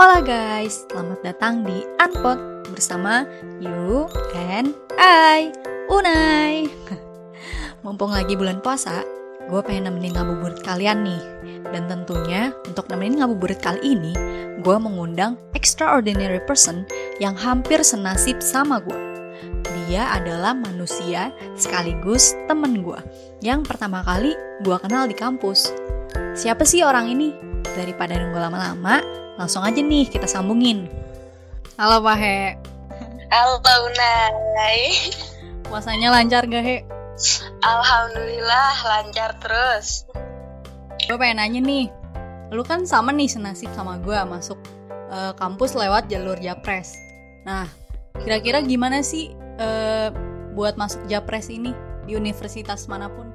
Hola guys, selamat datang di Unpod bersama you and I, Unai. Mumpung lagi bulan puasa, gue pengen nemenin ngabuburit kalian nih. Dan tentunya untuk nemenin ngabuburit kali ini, gue mengundang extraordinary person yang hampir senasib sama gue. Dia adalah manusia sekaligus temen gue yang pertama kali gue kenal di kampus. Siapa sih orang ini? Daripada nunggu lama-lama, langsung aja nih kita sambungin. Halo Pak He. Halo Unai. Puasanya lancar gak He? Alhamdulillah lancar terus. Gue pengen nanya nih, lu kan sama nih senasib sama gue masuk kampus lewat jalur Japres. Nah, kira-kira gimana sih buat masuk Japres ini di universitas manapun?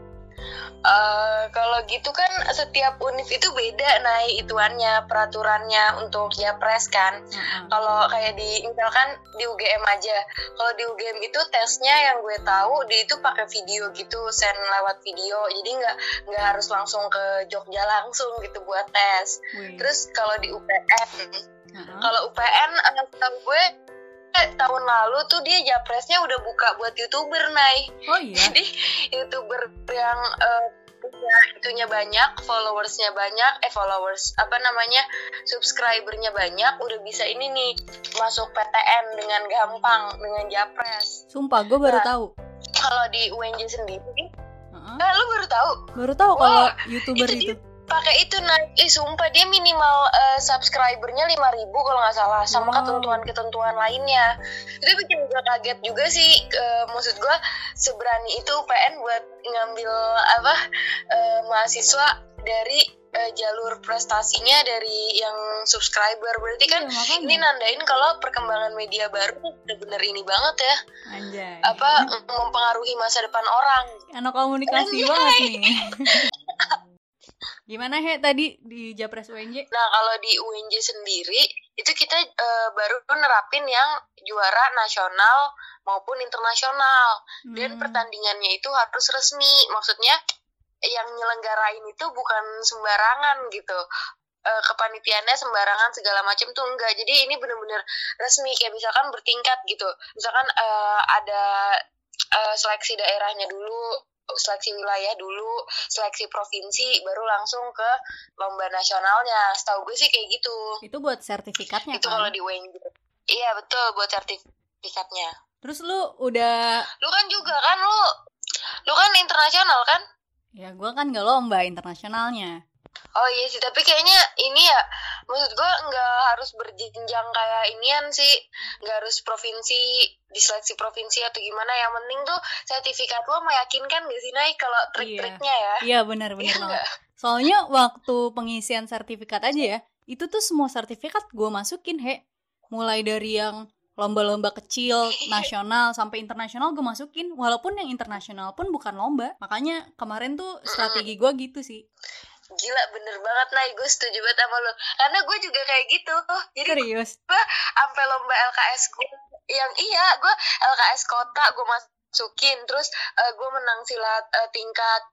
Kalau gitu kan setiap univ itu beda ituannya, peraturannya untuk Japres kan. Kalau kayak misalkan di UGM aja, kalau di UGM itu tesnya yang gue tahu dia itu pakai video gitu, send lewat video, jadi nggak harus langsung ke Jogja langsung gitu buat tes. Terus kalau di UPN, kalau UPN tahu gue tahun lalu tuh dia Japresnya udah buka buat YouTuber, Oh iya? Jadi YouTuber yang itunya banyak, followersnya banyak, subscribernya banyak, udah bisa ini nih masuk PTN dengan gampang, dengan Japres. Sumpah, gue baru tahu. Kalau di UNJ sendiri, lu baru tahu? Baru tahu kalau YouTuber itu. Pakai itu sumpah dia minimal subscribernya 5.000 kalau nggak salah, sama ketentuan-ketentuan lainnya. Itu bikin gue kaget juga sih. Maksud gue seberani itu PN buat ngambil mahasiswa dari jalur prestasinya dari yang subscriber. Berarti kan ini nandain kalau perkembangan media baru bener-bener ini banget ya. Anjay. Mempengaruhi masa depan orang. Anak komunikasi banget nih. Gimana He tadi di Japres UNJ? Nah kalau di UNJ sendiri itu kita baru nerapin yang juara nasional maupun internasional. Dan pertandingannya itu harus resmi. Maksudnya yang nyelenggarain itu bukan sembarangan gitu. Kepanitiaannya sembarangan segala macam tuh enggak. Jadi ini benar-benar resmi, kayak misalkan bertingkat gitu. Misalkan ada seleksi daerahnya dulu, seleksi wilayah dulu, seleksi provinsi, baru langsung ke lomba nasionalnya. Setahu gue sih kayak gitu. Itu buat sertifikatnya itu kan? Kalau di UNJ. Iya betul, buat sertifikatnya. Terus lu kan juga kan, lu kan internasional kan? Ya gue kan gak lomba internasionalnya. Oh iya sih, tapi kayaknya ini ya, maksud gue nggak harus berjenjang kayak inian sih, nggak harus provinsi, diseleksi provinsi atau gimana. Yang penting tuh sertifikat lo meyakinkan gak sih kalau trik-triknya ya? Iya benar banget. Soalnya waktu pengisian sertifikat aja ya, itu tuh semua sertifikat gue masukin mulai dari yang lomba-lomba kecil, nasional sampai internasional gue masukin, walaupun yang internasional pun bukan lomba. Makanya kemarin tuh strategi gue gitu sih. Gila, bener banget gue setuju banget sama lo. Karena gue juga kayak gitu. Jadi serius? Gue sampai lomba LKS gue gue LKS kota gue masukin. Terus gue menang silat tingkat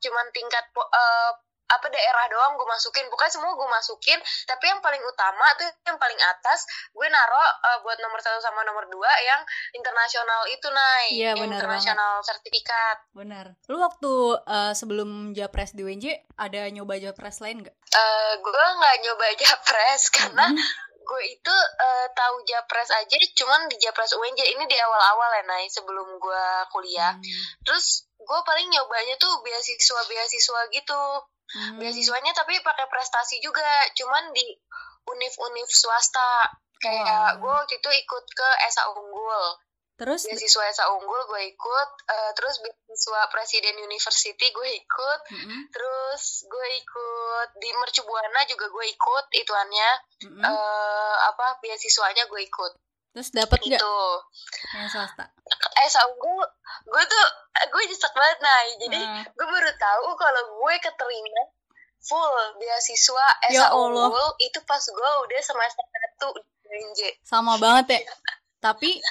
daerah doang gue masukin. Pokoknya semua gue masukin. Tapi yang paling utama tuh yang paling atas gue naro buat nomor 1 sama nomor 2 yang internasional itu Iya, internasional sertifikat. Benar. Lu waktu sebelum Japres di UNJ ada nyoba Japres lain nggak? Gue nggak nyoba Japres karena gue itu tahu Japres aja cuman di Japres UNJ ini di awal-awal ya sebelum gue kuliah. Terus gue paling nyobanya tuh beasiswa gitu. Beasiswanya tapi pakai prestasi juga, cuman di univ-univ swasta. Kayak gue waktu itu ikut ke Esa Unggul. Terus beasiswa Esa Unggul gue ikut, terus beasiswa Presiden University gue ikut, terus gue ikut di Mercu Buana juga gue ikut ituannya, beasiswanya gue ikut. Terus dapet nggak? Itu yang swasta. Esa Unggul gue nyesek banget jadi gue baru tahu kalau gue keterima full beasiswa Esa Unggul itu pas gue udah semester 1 di UNJ. Sama banget ya. Tapi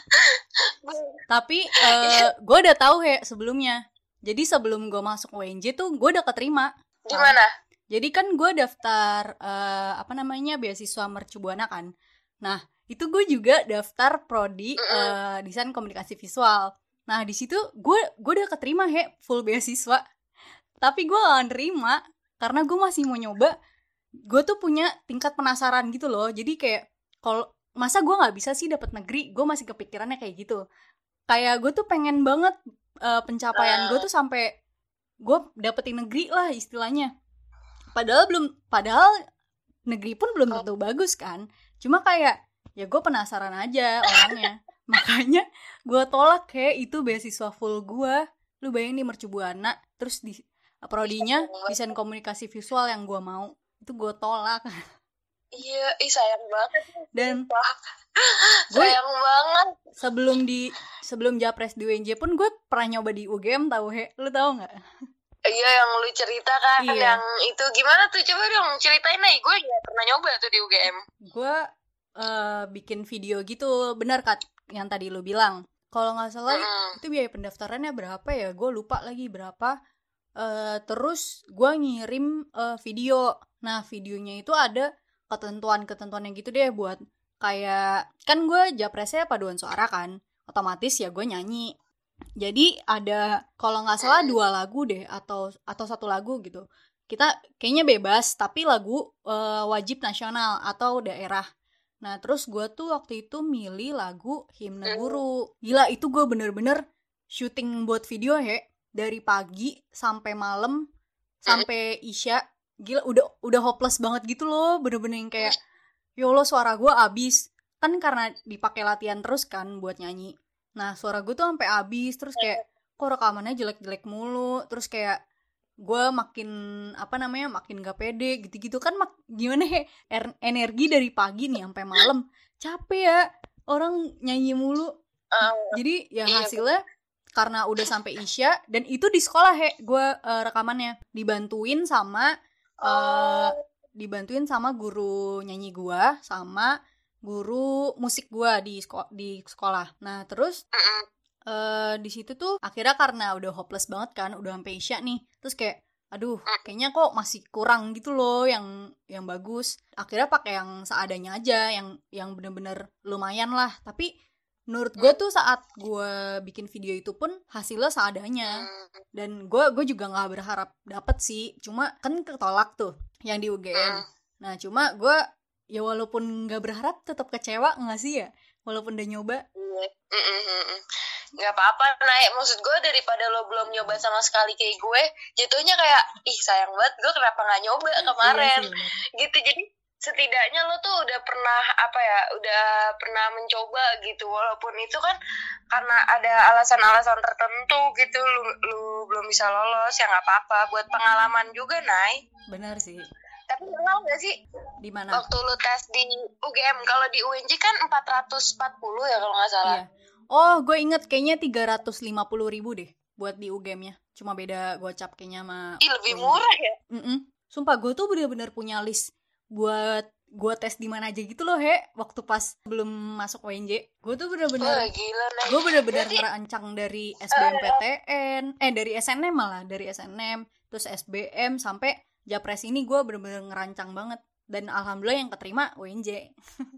gue udah tahu sebelumnya. Jadi sebelum gue masuk UNJ tuh gue udah keterima. Di mana? Jadi kan gue daftar beasiswa Mercubuana kan. Nah itu gue juga daftar prodi desain komunikasi visual. Nah di situ gue udah keterima full beasiswa. Tapi gue gak nerima karena gue masih mau nyoba. Gue tuh punya tingkat penasaran gitu loh. Jadi kayak kalau masa gue nggak bisa sih dapat negeri, gue masih kepikirannya kayak gitu. Kayak gue tuh pengen banget pencapaian gue tuh sampai gue dapetin negeri lah istilahnya. Padahal negeri pun belum tentu bagus kan. Cuma kayak ya gue penasaran aja orangnya. Makanya gue tolak itu beasiswa full gue. Lu bayangin di Mercubuana, terus di prodinya desain komunikasi visual yang gue mau, itu gue tolak. Iya, sayang banget. Dan sayang banget. Sebelum Japres di UNJ pun gue pernah nyoba di UGM, tahu lu tahu nggak? Iya, yang lu cerita kan, yang itu gimana tuh, coba dong ceritain aja. Gue nggak pernah nyoba tuh di UGM. Gue bikin video gitu, benar Kat, yang tadi lu bilang. Kalau nggak salah itu biaya pendaftarannya berapa ya? Gue lupa lagi berapa. Terus gue ngirim video. Nah videonya itu ada ketentuan yang gitu deh, buat kayak kan gue Japresnya paduan suara kan, otomatis ya gue nyanyi. Jadi ada kalau nggak salah 2 lagu deh atau 1 lagu gitu. Kita kayaknya bebas, tapi lagu wajib nasional atau daerah. Nah terus gue tuh waktu itu milih lagu Himne Guru. Gila itu gue bener-bener syuting buat video dari pagi sampai malam sampai isya. Gila udah hopeless banget gitu loh, bener-bener yang kayak ya Allah suara gue abis. Kan karena dipakai latihan terus kan buat nyanyi. Nah suara gue tuh sampai abis, terus kayak kok rekamannya jelek-jelek mulu. Terus kayak gue makin gak pede gitu-gitu kan. Gimana energi dari pagi nih sampai malam, capek ya orang nyanyi mulu. Jadi ya hasilnya karena udah sampai isya, dan itu di sekolah gue rekamannya dibantuin sama guru nyanyi gue sama guru musik gue di sekolah. Nah terus di situ tuh akhirnya karena udah hopeless banget kan, udah sampai isya nih, terus kayak aduh kayaknya kok masih kurang gitu loh yang bagus. Akhirnya pakai yang seadanya aja, yang bener-bener lumayan lah. Tapi menurut gue tuh saat gue bikin video itu pun hasilnya seadanya. Dan gue juga nggak berharap dapet sih, cuma kan ketolak tuh yang di UGM. Nah cuma gue ya walaupun nggak berharap tetap kecewa nggak sih ya, walaupun udah nyoba. Nggak apa-apa naik, maksud gue daripada lo belum nyoba sama sekali kayak gue, jatuhnya kayak sayang banget gue kenapa nggak nyoba kemarin. Gitu. Jadi setidaknya lo tuh udah pernah mencoba gitu, walaupun itu kan karena ada alasan-alasan tertentu gitu lu belum bisa lolos, ya nggak apa-apa, buat pengalaman juga Nay. Benar sih. Tapi kenal nggak sih di mana waktu lu tes di UGM? Kalau di UNJ kan 440 ya kalau nggak salah. Iya. Oh gue inget kayaknya 350.000 deh buat di UGM-nya, cuma beda gocap kayaknya sama lebih murah ya. Sumpah gue tuh bener-bener punya list buat gue tes di mana aja gitu loh waktu pas belum masuk UNJ. Gue tuh bener-bener ngerancang dari SBMPTN dari SNM, malah dari SNM terus SBM sampai Japres ini gue bener-bener ngerancang banget. Dan alhamdulillah yang keterima UNJ.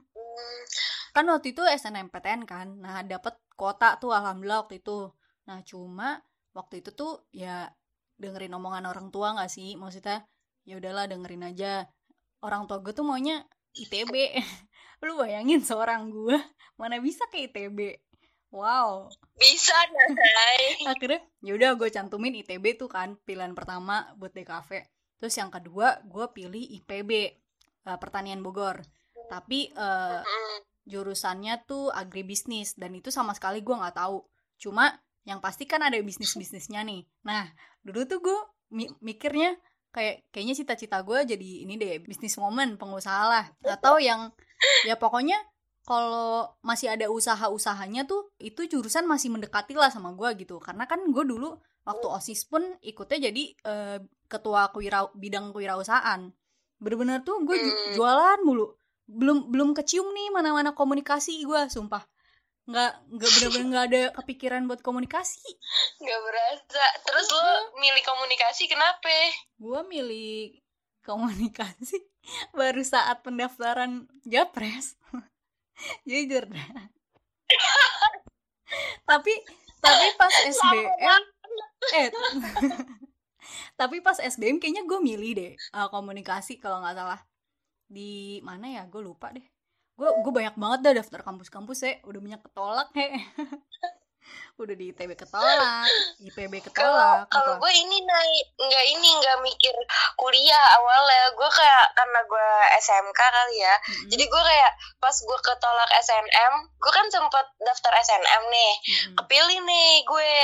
Kan waktu itu SNMPTN kan, nah dapet kuota tuh alhamdulillah waktu itu. Nah cuma waktu itu tuh ya dengerin omongan orang tua nggak sih, maksudnya ya udahlah dengerin aja. Orang tua gue tuh maunya ITB. Lu bayangin seorang gue mana bisa ke ITB. Wow. Bisa Nay. Akhirnya ya udah gue cantumin ITB tuh kan pilihan pertama buat DKV. Terus yang kedua gue pilih IPB, Pertanian Bogor. Tapi jurusannya tuh agribisnis, dan itu sama sekali gue nggak tahu. Cuma yang pasti kan ada bisnisnya nih. Nah dulu tuh gue mikirnya kayaknya cita-cita gue jadi ini deh, businesswoman, pengusaha lah, atau yang ya pokoknya kalau masih ada usaha-usahanya tuh itu jurusan masih mendekati lah sama gue gitu. Karena kan gue dulu waktu OSIS pun ikutnya jadi ketua bidang kewirausahaan. Bener-bener tuh gue jualan mulu. Belum kecium nih mana-mana komunikasi gue, sumpah. Nggak bener-bener nggak ada kepikiran buat komunikasi. Nggak berasa. Terus lo milih komunikasi kenapa? Gue milih komunikasi baru saat pendaftaran Japres. Jujur deh. tapi pas SBM tapi pas SBM kayaknya gue milih deh komunikasi kalau nggak salah. Di mana ya, gue lupa deh. Gue banyak banget dah daftar kampus-kampus ya, udah banyak ketolak udah di ITB ketolak, IPB ketolak. Kalau gue nggak mikir kuliah awalnya. Gue kayak karena gue SMK kali ya. Jadi gue kayak pas gue ketolak SNM, gue kan sempat daftar SNM nih. Kepilih nih gue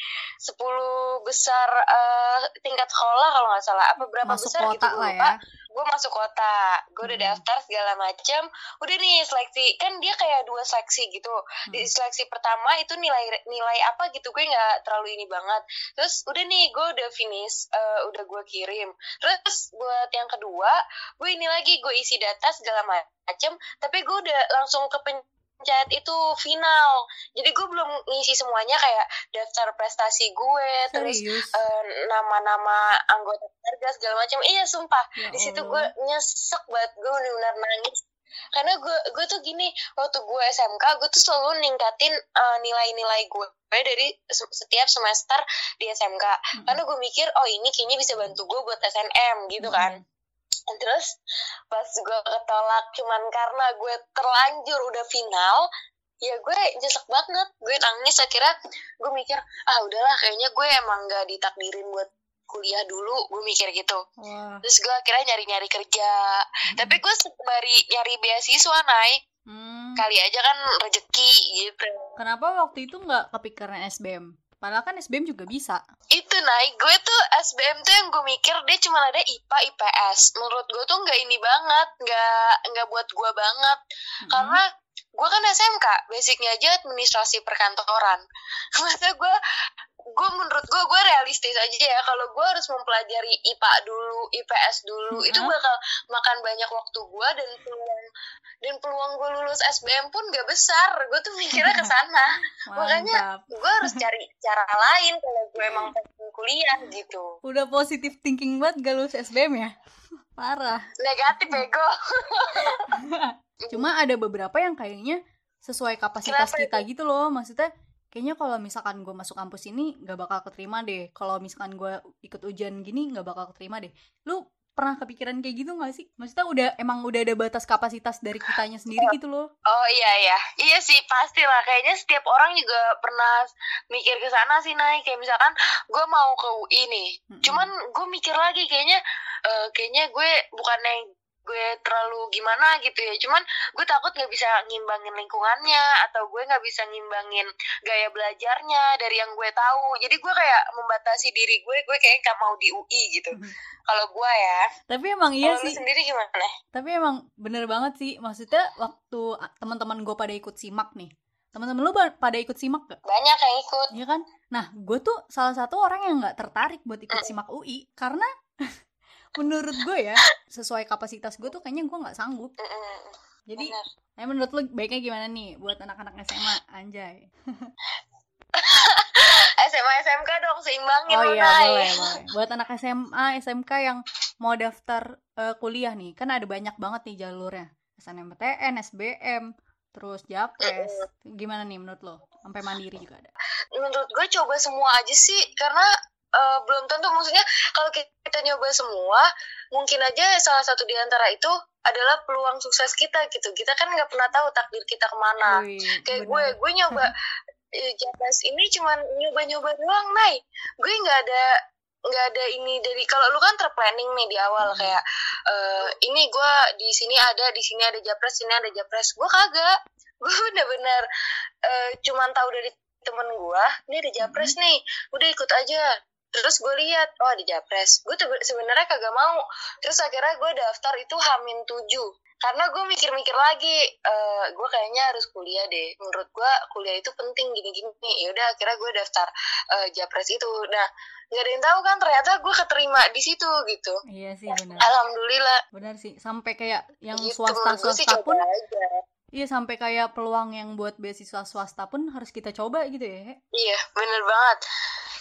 10 besar tingkat sekolah kalau nggak salah. Apa berapa masuk besar kota gitu gue lah lupa. ya. Gue masuk kota, gue udah daftar segala macam, udah nih seleksi, kan dia kayak 2 seleksi gitu. Di seleksi pertama itu nilai apa gitu gue nggak terlalu ini banget. Terus udah nih gue udah finish, udah gue kirim. Terus buat yang kedua, gue ini lagi gue isi data segala macam, tapi gue udah langsung ke pencet itu final. Jadi gue belum ngisi semuanya kayak daftar prestasi gue, terus nama-nama anggota keluarga segala macam. Iya sumpah, di situ gue nyesek banget, gue benar-benar nangis. Karena gue tuh gini, waktu gue SMK gue tuh selalu ningkatin nilai-nilai gue dari setiap semester di SMK. Karena gue mikir ini kayaknya bisa bantu gue buat SNM gitu kan. Terus pas gue ketolak cuman karena gue terlanjur udah final, ya gue nyesek banget, gue nangis. Akhirnya gue mikir udahlah kayaknya gue emang gak ditakdirin buat kuliah dulu, gue mikir gitu. Terus gue akhirnya nyari kerja. Tapi gue sembari nyari beasiswa naik, kali aja kan rezeki gitu. Kenapa waktu itu nggak kepikiran SBM? Padahal kan SBM juga bisa. Itu naik, gue tuh SBM tuh yang gue mikir dia cuma ada IPA IPS. Menurut gue tuh nggak ini banget, nggak buat gue banget. Karena gue kan SMK, basicnya aja administrasi perkantoran. Masa menurut gue realistis aja ya, kalau gue harus mempelajari IPA dulu, IPS dulu, itu bakal makan banyak waktu gue, dan peluang gue lulus SBM pun gak besar. Gue tuh mikirnya ke sana. Makanya gue harus cari cara lain kalau gue emang pengen kuliah gitu. Udah positive thinking banget gak lulus SBM ya? Parah. Negatif ego. Cuma ada beberapa yang kayaknya sesuai kapasitas kita gitu loh. Maksudnya kayaknya kalau misalkan gue masuk kampus ini gak bakal keterima deh. Kalau misalkan gue ikut ujian gini gak bakal keterima deh. Lu pernah kepikiran kayak gitu gak sih? Maksudnya emang udah ada batas kapasitas dari kitanya sendiri gitu loh. Oh iya sih pastilah. Kayaknya setiap orang juga pernah mikir ke sana sih, Nay. Kayak misalkan gue mau ke UI nih, cuman gue mikir lagi kayaknya gue bukannya gue terlalu gimana gitu ya, cuman gue takut nggak bisa ngimbangin lingkungannya, atau gue nggak bisa ngimbangin gaya belajarnya dari yang gue tahu. Jadi gue kayak membatasi diri gue kayak gak mau di UI gitu. Kalau gue ya. Tapi emang iya sih. Kalau lu sendiri gimana? Tapi emang bener banget sih. Maksudnya waktu teman-teman gue pada ikut SIMAK nih, teman-teman lu pada ikut SIMAK gak? Banyak yang ikut. Iya kan? Nah, gue tuh salah satu orang yang nggak tertarik buat ikut SIMAK UI karena menurut gue ya, sesuai kapasitas gue tuh kayaknya gue nggak sanggup. Jadi, menurut lu baiknya gimana nih buat anak-anak SMA, anjay? SMA SMK dong, seimbangin. Oh iya, boleh. Buat anak SMA SMK yang mau daftar kuliah nih, kan ada banyak banget nih jalurnya. SNMPTN, SBM, terus Japres. Gimana nih menurut lo? Sampai mandiri juga ada. Menurut gue coba semua aja sih, karena belum tentu, maksudnya kalau kita nyoba semua, mungkin aja salah satu di antara itu adalah peluang sukses kita gitu. Kita kan nggak pernah tahu takdir kita kemana. Kayak gue nyoba Japres ini cuman nyoba-nyoba doang, Nay. Gue nggak ada ini dari, kalau lu kan terplanning nih di awal kayak ini gue di sini ada Japres, sini ada Japres. Gue kagak. Gue bener-bener cuman tahu dari temen gue, ini ada Japres nih, udah ikut aja. Terus gue lihat, ada Japres. Gue tuh sebenarnya kagak mau. Terus akhirnya gue daftar itu H-7. Karena gue mikir-mikir lagi, gue kayaknya harus kuliah deh. Menurut gue kuliah itu penting gini-gini. Ya udah akhirnya gue daftar Japres itu. Nah, nggak ada yang tahu kan ternyata gue keterima di situ gitu. Iya sih benar. Alhamdulillah. Benar sih. Sampai kayak yang gitu, swasta pun. Iya, sampai kayak peluang yang buat beasiswa swasta pun harus kita coba gitu ya. Iya, bener banget.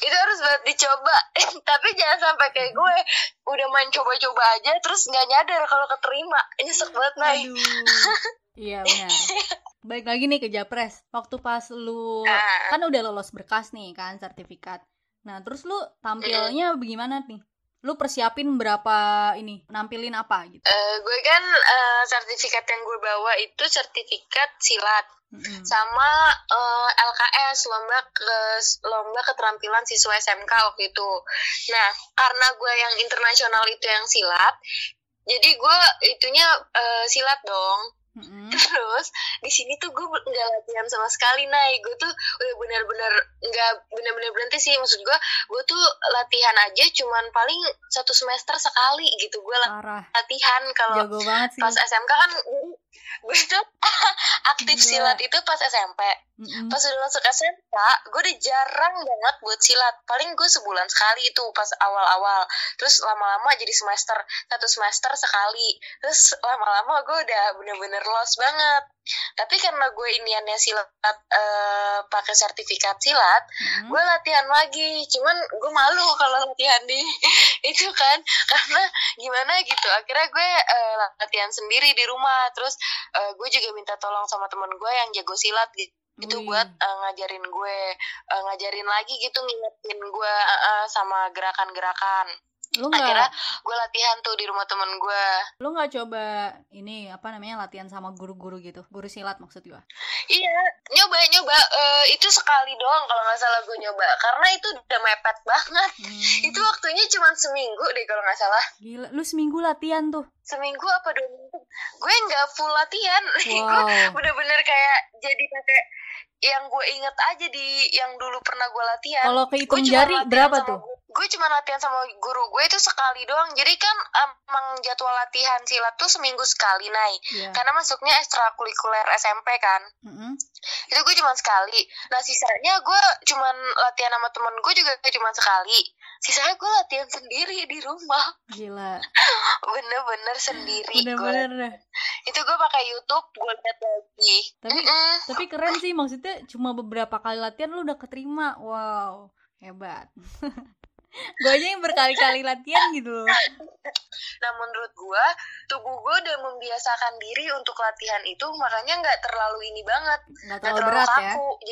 itu harus banget dicoba. Tapi jangan sampai kayak gue udah main coba-coba aja terus nggak nyadar kalau keterima. Nyesek banget, Nay. Iya benar. Baik lagi nih ke Japres. Waktu pas lu kan udah lolos berkas nih kan, sertifikat. Nah terus lu tampilnya bagaimana nih? Lu persiapin berapa ini? Nampilin apa gitu? Gue kan sertifikat yang gue bawa itu sertifikat silat. Sama LKS, lomba keterampilan siswa SMK waktu itu. Nah, karena gue yang internasional itu yang silat, jadi gue itunya silat dong. Terus di sini tuh gue nggak latihan sama sekali, Nay. Gue tuh udah benar-benar nggak benar-benar berhenti sih. Maksud gue tuh latihan aja cuman paling 1 semester sekali gitu. Gue latihan kalau pas SMK kan gue tuh aktif silat itu pas SMP. Pas udah masuk SMK, gue udah jarang banget buat silat. Paling gue sebulan sekali itu pas awal-awal. Terus lama-lama jadi 1 semester sekali. Terus lama-lama gue udah bener-bener lost banget. Tapi karena gue iniannya silat pakai sertifikat silat, gue latihan lagi. Cuman gue malu kalau latihan di itu kan, karena gimana gitu. Akhirnya gue latihan sendiri di rumah. Terus gue juga minta tolong sama teman gue yang jago silat gitu. Itu buat ngajarin lagi gitu, ngingetin gue sama gerakan-gerakan. Akhirnya gue latihan tuh di rumah temen gue. Lu nggak coba ini latihan sama guru-guru gitu, guru silat maksud gue? Iya, nyoba itu sekali doang kalau nggak salah gue nyoba, karena itu udah mepet banget. Itu waktunya cuma seminggu deh kalau nggak salah. Gila, lu seminggu latihan tuh? Seminggu apa 2 minggu? Gue nggak full latihan. Gue bener-bener kayak jadi pakai yang gue inget aja di yang dulu pernah gue latihan. Kalau kehitung jari berapa tuh? Gue cuma latihan sama guru gue itu sekali doang. Jadi kan emang jadwal latihan silat tuh seminggu sekali, Nay. Karena masuknya ekstrakurikuler SMP kan. Itu gue cuma sekali. Nah sisanya gue cuma latihan sama temen gue juga cuma sekali. Sisanya gue latihan sendiri di rumah. Gila. Bener-bener sendiri. Bener-bener. Itu gue pakai YouTube, gue lihat lagi. Tapi keren sih, maksudnya cuma beberapa kali latihan lu udah keterima. Wow, hebat. Gue aja yang berkali-kali latihan gitu loh. Nah menurut gue, tubuh gue udah membiasakan diri untuk latihan itu, makanya nggak terlalu ini banget, nggak terlalu berat kaku. Ya.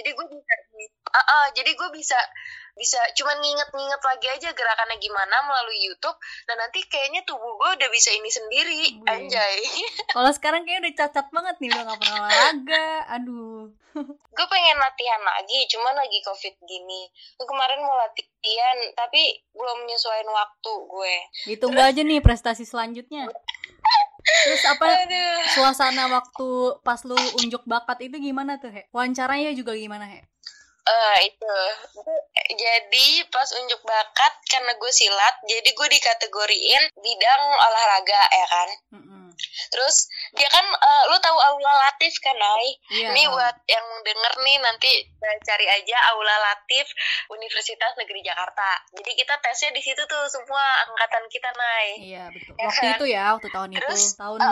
Jadi gue bisa cuman nginget lagi aja gerakannya gimana melalui YouTube. Dan nanti kayaknya tubuh gue udah bisa ini sendiri. Anjay. Kalau sekarang kayaknya udah cacat banget nih, udah nggak pernah olahraga. Aduh. Gue pengen latihan lagi, cuman lagi COVID gini. Gue kemarin mau latihan, tapi belum menyesuaikan waktu gue. Ditunggu aja nih prestasi selanjutnya. Terus suasana waktu pas lu unjuk bakat itu gimana tuh, He? Wawancaranya juga gimana, He? Itu jadi pas unjuk bakat, karena gue silat, jadi gue dikategoriin bidang olahraga ya kan. Terus dia kan lu tahu Aula Latif kan, Nay? Ini buat yang denger nih, nanti cari aja Aula Latif Universitas Negeri Jakarta. Jadi kita tesnya di situ tuh semua angkatan kita, Nay. Iya betul. Waktu itu ya, waktu tahun Terus, itu tahun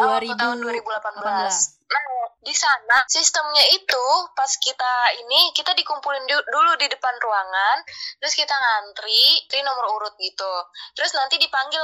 2018. Nah di sana sistemnya itu pas kita dikumpulin dulu di depan ruangan, terus kita ngantri nomor urut gitu. Terus nanti dipanggil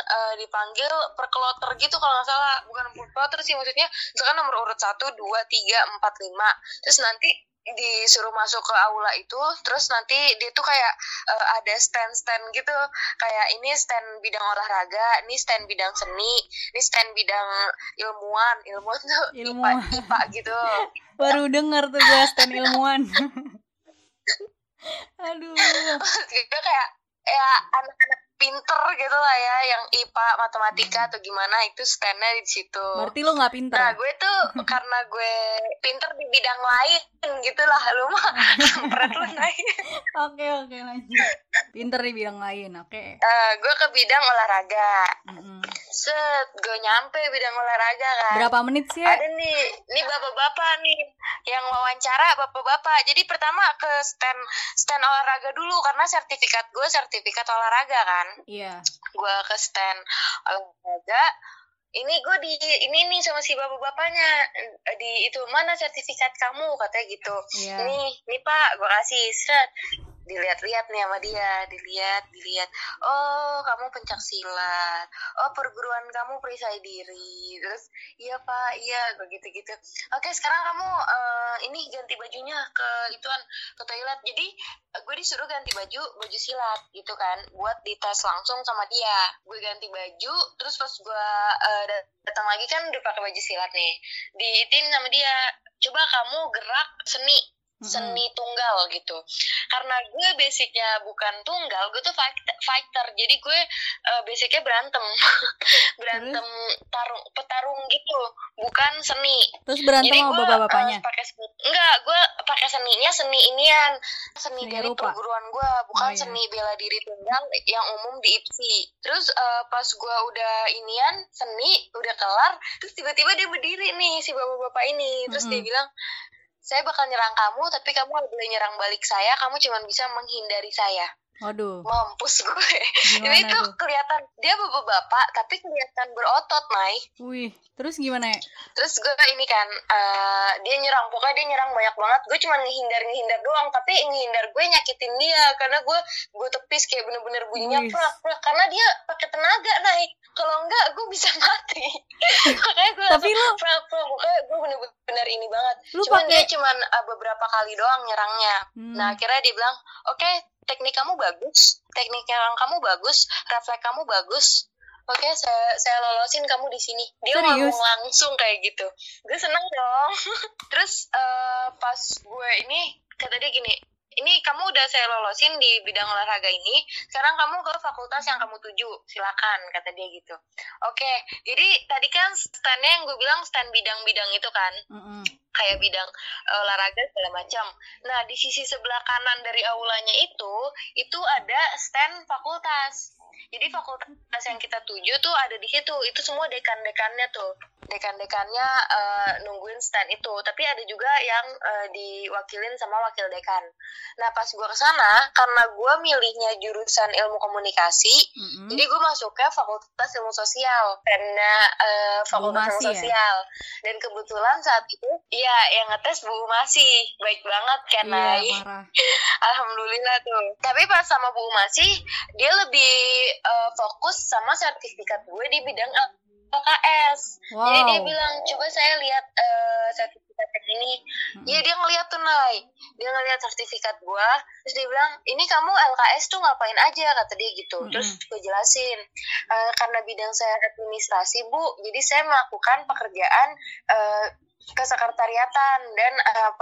per kloter gitu kalau nggak salah, bukan per kloter sih, maksudnya misalkan nomor urut 1, 2, 3, 4, 5. Terus nanti disuruh masuk ke aula itu, terus nanti dia tuh kayak ada stand gitu, kayak ini stand bidang olahraga, ini stand bidang seni, ini stand bidang ilmuwan tuh IPA gitu. Baru dengar tuh gue stand ilmuwan. Aduh. Gitu kayak ya anak-anak pinter gitu lah ya, yang IPA, matematika atau gimana, itu standnya di situ. Berarti lo nggak pinter? Nah gue tuh karena gue pinter di bidang lain gitu lah, lu mah kampret lu, Nay. Oke lanjut. Pinter di bidang lain, oke. Gue ke bidang olahraga. Gue nyampe bidang olahraga kan. Berapa menit sih ya? Ada nih bapak-bapak nih yang wawancara, bapak-bapak. Jadi pertama ke stand olahraga dulu, karena sertifikat gue sertifikat olahraga kan. Iya. Gue ke stand olahraga. Ini gue ini nih sama si bapak-bapaknya, di itu, mana sertifikat kamu, katanya gitu. Yeah. Nih Pak, gue kasih set. dilihat-lihat nih sama dia, dilihat. Oh, kamu pencak silat. Oh, perguruan kamu perisai diri. Terus, iya Pak, iya begitu-gitu. Oke, sekarang kamu ini ganti bajunya ke toilet. Jadi gue disuruh ganti baju silat gitu kan, buat dites langsung sama dia. Gue ganti baju, terus pas gue datang lagi kan udah pakai baju silat nih. Diitin sama dia, coba kamu gerak seni tunggal gitu. Karena gue basicnya bukan tunggal, gue tuh fighter. Jadi gue basicnya berantem petarung gitu, bukan seni. Terus berantem jadi sama bapak-bapaknya? Enggak, gue pakai seninya seni dari rupa. perguruan gue, bukan seni bela diri tunggal yang umum di IPSI. Terus pas gue udah seni udah kelar, terus tiba-tiba dia berdiri nih si bapak-bapak ini, terus dia bilang, saya bakal nyerang kamu, tapi kamu gak boleh nyerang balik saya, kamu cuma bisa menghindari saya. Waduh. Mampus gue. Ini tuh kelihatan dia bapak-bapak tapi kelihatan berotot, Mai. Wih, terus gimana ya? Terus gue ini kan dia nyerang, pokoknya dia nyerang banyak banget. Gue cuma ngehindar doang, tapi ngehindar gue nyakitin dia karena gue tepis kayak bener-bener bunyinya prak karena dia pakai tenaga, naik. Kalau enggak gue bisa mati. Makanya gue tapi lu prak pokoknya gue bener-bener ini banget. Cuman dia cuman beberapa kali doang nyerangnya. Nah, akhirnya dia bilang, "Oke, teknik kamu bagus, teknik nyerang kamu bagus, refleks kamu bagus. Oke, saya lolosin kamu di sini." Dia ngomong langsung kayak gitu. Gue seneng dong. Terus pas gue ini kata dia gini, "Ini kamu udah saya lolosin di bidang olahraga ini, sekarang kamu ke fakultas yang kamu tuju, silakan," kata dia gitu. Oke, jadi tadi kan standnya yang gue bilang stand bidang-bidang itu kan, kayak bidang olahraga segala macam. Nah, di sisi sebelah kanan dari aulanya itu ada stand fakultas. Jadi fakultas yang kita tuju tuh ada di situ. Itu semua dekan-dekannya tuh. Dekan-dekannya nungguin stand itu. Tapi ada juga yang diwakilin sama wakil dekan. Nah, pas gue kesana, karena gue milihnya jurusan ilmu komunikasi, jadi gue masuk ke fakultas ilmu sosial. Karena fakultas ilmu sosial. Dan kebetulan saat itu, ya yang ngetes Bu Masih. Baik banget kan, Nay? Alhamdulillah tuh. Tapi pas sama Bu Masih, dia lebih fokus sama sertifikat gue di bidang LKS. Jadi dia bilang, coba saya lihat sertifikat ini. Iya, dia ngeliat tuh, Nay. Dia ngeliat sertifikat gue, terus dia bilang, "Ini kamu LKS tuh ngapain aja?" kata dia gitu. Terus gue jelasin, karena bidang saya administrasi, Bu, jadi saya melakukan pekerjaan kesekretariatan dan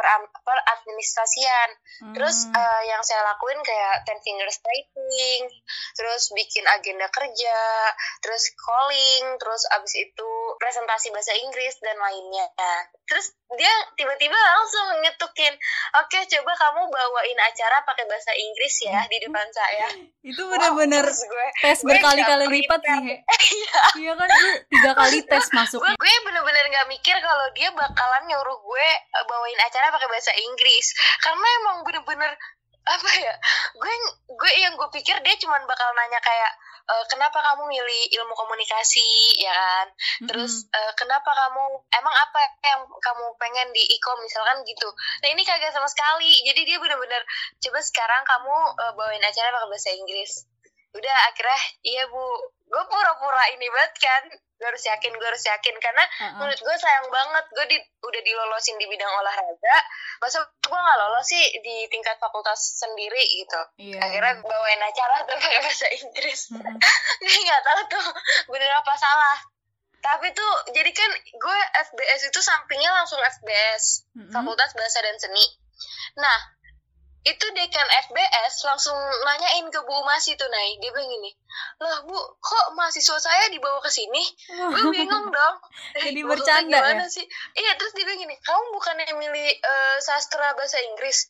peradministrasian. Terus yang saya lakuin kayak 10 fingers typing, terus bikin agenda kerja, terus calling, terus abis itu presentasi bahasa Inggris dan lainnya. Terus dia tiba-tiba langsung nyetukin, "Oke, coba kamu bawain acara pakai bahasa Inggris ya di depan saya." Itu benar-benar tes berkali-kali lipat sih. Iya kan, lu 3 kali tes masuk. Gue bener-bener gak mikir kalau dia bakalan nyuruh gue bawain acara pakai bahasa Inggris, karena emang bener-bener apa ya, gue yang gue pikir dia cuma bakal nanya kayak, "Kenapa kamu milih ilmu komunikasi," ya kan? Terus kenapa kamu, emang apa yang kamu pengen di ikom misalkan gitu. Nah, ini kagak sama sekali. Jadi dia bener-bener, "Coba sekarang kamu bawain acara pakai bahasa Inggris." Udah, akhirnya iya Bu, gue pura-pura ini banget kan, gue harus yakin karena menurut gue sayang banget gue udah dilolosin di bidang olahraga, masa gue nggak lolos sih di tingkat fakultas sendiri gitu. Akhirnya bawain acara tuh pakai bahasa Inggris. Gue nggak tahu tuh bener apa salah, tapi tuh jadi kan gue FBS itu sampingnya langsung FBS, Fakultas Bahasa dan Seni. Nah, itu dekan FBS langsung nanyain ke Bu Masih tuh, Nay. Dia bilang gini, "Lah Bu, kok mahasiswa saya dibawa ke sini?" Gue bingung dong. Jadi bercanda ya? Sih? Iya, terus dia bilang gini, "Kamu bukannya milih sastra bahasa Inggris?"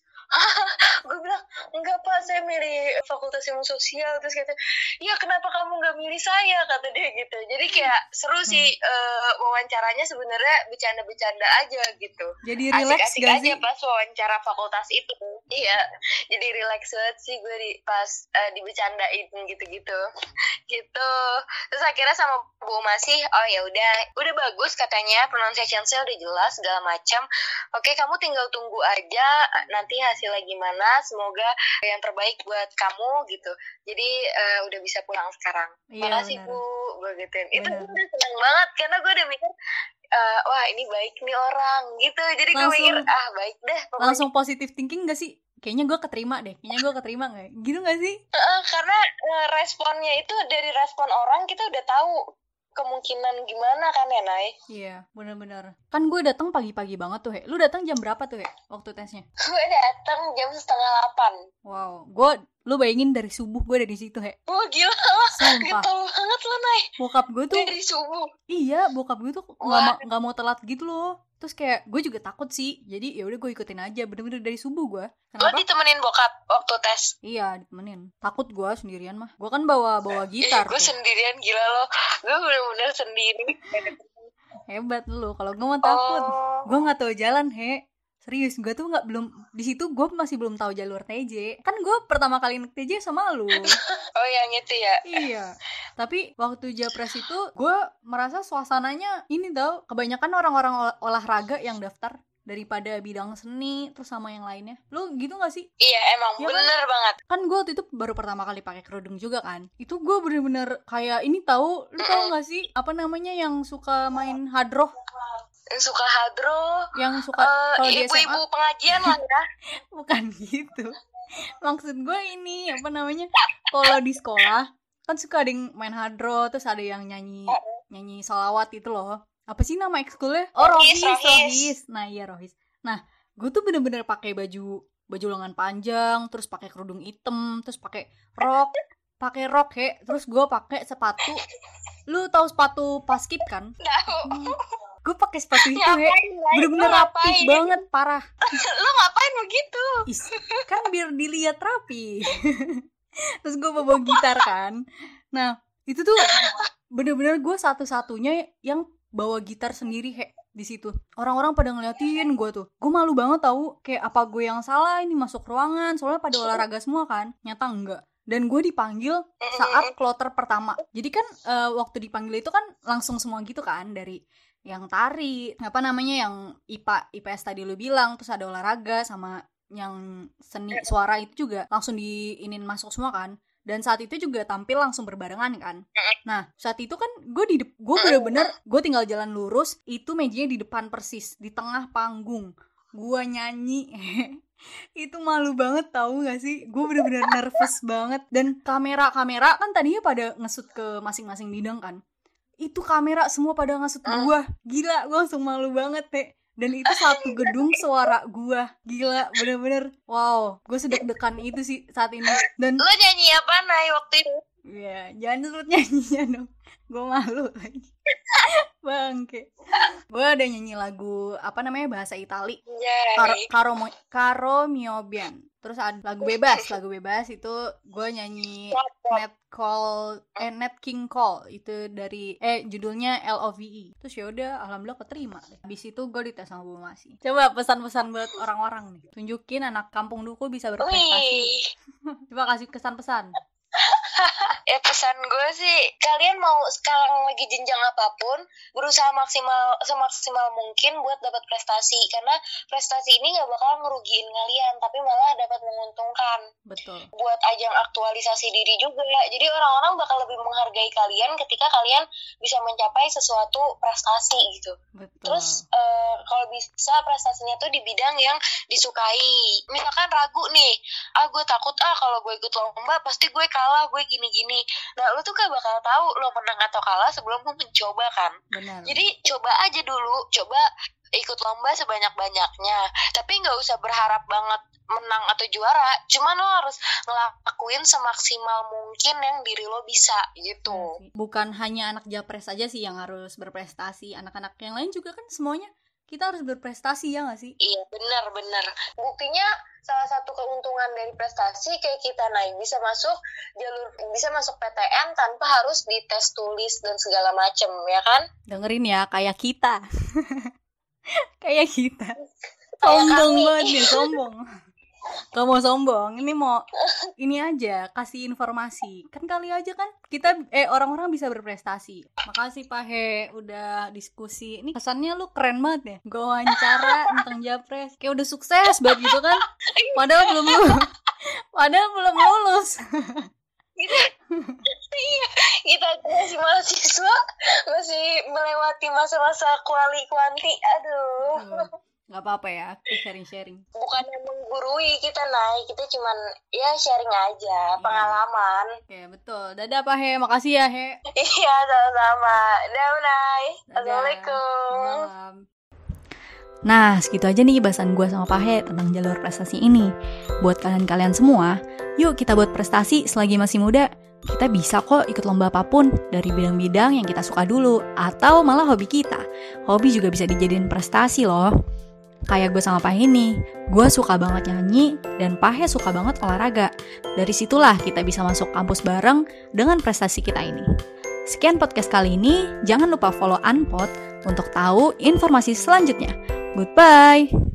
Gue bilang, "Enggak Pak, saya milih Fakultas Ilmu Sosial." Terus kata, "Ya kenapa kamu nggak milih saya?" kata dia gitu. Jadi kayak seru sih wawancaranya, sebenarnya bercanda-bercanda aja gitu. Jadi relax gak sih? Aja pas wawancara fakultas itu. Iya, jadi relax banget sih gue pas dibercandain gitu-gitu. Gitu. Terus akhirnya sama Bu Masih, "Oh ya udah bagus katanya, pronunciation saya udah jelas segala macam. Oke, kamu tinggal tunggu aja nanti hasilnya gimana, semoga yang terbaik buat kamu gitu. Jadi udah bisa pulang sekarang. Makasih Bu, gue gituin. Itu gue udah seneng banget karena gue udah mikir wah ini baik nih orang gitu. Jadi gue mikir baik deh pokoknya. Langsung positive thinking gak sih? Kayaknya gue keterima deh, gak? Gitu gak sih? Karena responnya itu dari respon orang kita udah tahu kemungkinan gimana kan ya, Nay? Iya, benar-benar. Kan gue datang pagi-pagi banget tuh, Lu datang jam berapa tuh, waktu tesnya? Gue datang jam 7:30. Wow, lu bayangin dari subuh gue ada di situ, Oh, gila lah. Sumpah. Getol banget lo, Nay. Bokap gue tuh dari subuh. Iya, bokap gue tuh nggak mau telat gitu loh. Terus kayak gue juga takut sih, jadi ya udah gue ikutin aja, bener-bener dari subuh gue. Lo Kenapa? ditemenin bokap waktu tes? Iya, ditemenin. Takut gue sendirian mah. Gue kan bawa gitar. Gue sendirian, gila lo. Gue bener-bener sendiri. Hebat lu. Kalau gue mah takut. Gue nggak tahu jalan, Serius, gue tuh belum di situ, gue masih belum tahu jalur TJ. Kan gue pertama kali naik TJ sama lu. Oh yang itu ya? Iya. Tapi waktu Japres itu gue merasa suasananya ini tau, kebanyakan orang-orang olahraga yang daftar daripada bidang seni terus sama yang lainnya. Lu gitu gak sih? Iya emang ya, bener kan? Banget. Kan gue waktu itu baru pertama kali pakai kerudung juga kan. Itu gue bener-bener kayak ini tahu, lu tau gak sih apa namanya yang suka main hadroh? Yang suka hadroh, yang suka kalau di SMA ibu-ibu pengajian lah ya. Bukan gitu. Maksud gue ini apa namanya, kalau di sekolah kan suka ada yang main hadroh, terus ada yang nyanyi sholawat itu loh. Apa sih nama ekskulnya? Oh, Rohis. Nah iya Rohis. Nah gue tuh bener-bener pakai baju lengan panjang, terus pakai kerudung hitam, terus pakai rok terus gue pakai sepatu. Lu tahu sepatu paskib kan? Tahu. Gue pakai sepatu itu, bener-bener rapi banget, parah. Lu ngapain begitu? Kan biar dilihat rapi. Terus gue bawa gitar kan. Nah itu tuh bener-bener gue satu-satunya yang bawa gitar sendiri di situ. Orang-orang pada ngeliatin gue tuh. Gue malu banget tahu, kayak apa gue yang salah ini masuk ruangan, soalnya pada olahraga semua kan. Nyata enggak. Dan gue dipanggil saat kloter pertama. Jadi kan waktu dipanggil itu kan langsung semua gitu kan, dari yang tari, apa namanya, yang IPA IPS tadi lu bilang, terus ada olahraga sama yang seni suara itu juga langsung diinin masuk semua kan. Dan saat itu juga tampil langsung berbarengan kan. Nah saat itu kan gue bener-bener gue tinggal jalan lurus, itu mejanya di depan persis, di tengah panggung. Gue nyanyi. Itu malu banget tahu gak sih? Gue bener-bener nervous banget. Dan kamera kan tadinya pada ngesut ke masing-masing bidang kan. Itu kamera semua pada ngasut gue. Gila, gue langsung malu banget Dan itu satu gedung suara gue. Gila, bener-bener wow, gue sedek-dekan itu sih saat ini. Dan lo nyanyi apa Nay waktu itu? Iya, jangan sebut nyanyinya dong, gue malu lagi. Bangke. Gue ada nyanyi lagu apa namanya, bahasa Itali, Caro mio bien. Terus ada lagu bebas itu gue nyanyi Nat King Cole, itu dari judulnya LOVE. Terus ya udah, alhamdulillah keterima. Habis itu gue dites sama Bu Masi. Coba pesan-pesan buat orang-orang nih, tunjukin anak kampung Duku bisa berprestasi. Coba kasih kesan-pesan. Ya pesan gue sih, kalian mau sekarang lagi jenjang apapun, berusaha semaksimal mungkin buat dapat prestasi, karena prestasi ini gak bakal ngerugiin kalian, tapi malah dapat menguntungkan. Betul. Buat ajang aktualisasi diri juga, jadi orang-orang bakal lebih menghargai kalian ketika kalian bisa mencapai sesuatu prestasi gitu. Betul. Terus kalau bisa prestasinya tuh di bidang yang disukai. Misalkan ragu nih, gue takut kalau gue ikut lomba pasti gue kalah, gue gini-gini. Nah lu tuh gak bakal tahu lo menang atau kalah sebelum lu mencoba kan. Benar. Jadi coba aja dulu, coba ikut lomba sebanyak-banyaknya, tapi gak usah berharap banget menang atau juara, cuman lo harus ngelakuin semaksimal mungkin yang diri lo bisa gitu. Bukan hanya anak Japres aja sih yang harus berprestasi, anak-anak yang lain juga kan semuanya kita harus berprestasi, ya gak sih? Iya, benar. Buktinya salah satu keuntungan dari prestasi kayak kita bisa masuk PTN tanpa harus dites tulis dan segala macem, ya kan? Dengerin ya, kayak kita. Kayak kita. Sombong banget nih, sombong. Gak mau sombong, ini aja kasih informasi. Kan kali aja kan kita orang-orang bisa berprestasi. Makasih Pak He udah diskusi. Ini kesannya lu keren banget ya. Gue wawancara tentang Japres, kayak udah sukses banget gitu kan. Padahal belum lulus. Kita masih mahasiswa, masih melewati masa-masa kuanti. Aduh. Gak apa-apa ya, kita sharing. Bukan yang menggurui kita, Nay. Kita cuman ya sharing aja, pengalaman. Oke, betul. Dadah Pak He, makasih ya He. Iya, sama-sama. Dadah, Nay. Assalamualaikum. Nah, segitu aja nih bahasan gue sama Pak He tentang jalur prestasi ini. Buat kalian semua, yuk kita buat prestasi selagi masih muda. Kita bisa kok ikut lomba apapun dari bidang-bidang yang kita suka dulu, atau malah hobi kita. Hobi juga bisa dijadiin prestasi loh. Kayak gue sama Pak He nih, gue suka banget nyanyi dan Pak He suka banget olahraga. Dari situlah kita bisa masuk kampus bareng dengan prestasi kita ini. Sekian podcast kali ini, jangan lupa follow Unpod untuk tahu informasi selanjutnya. Goodbye!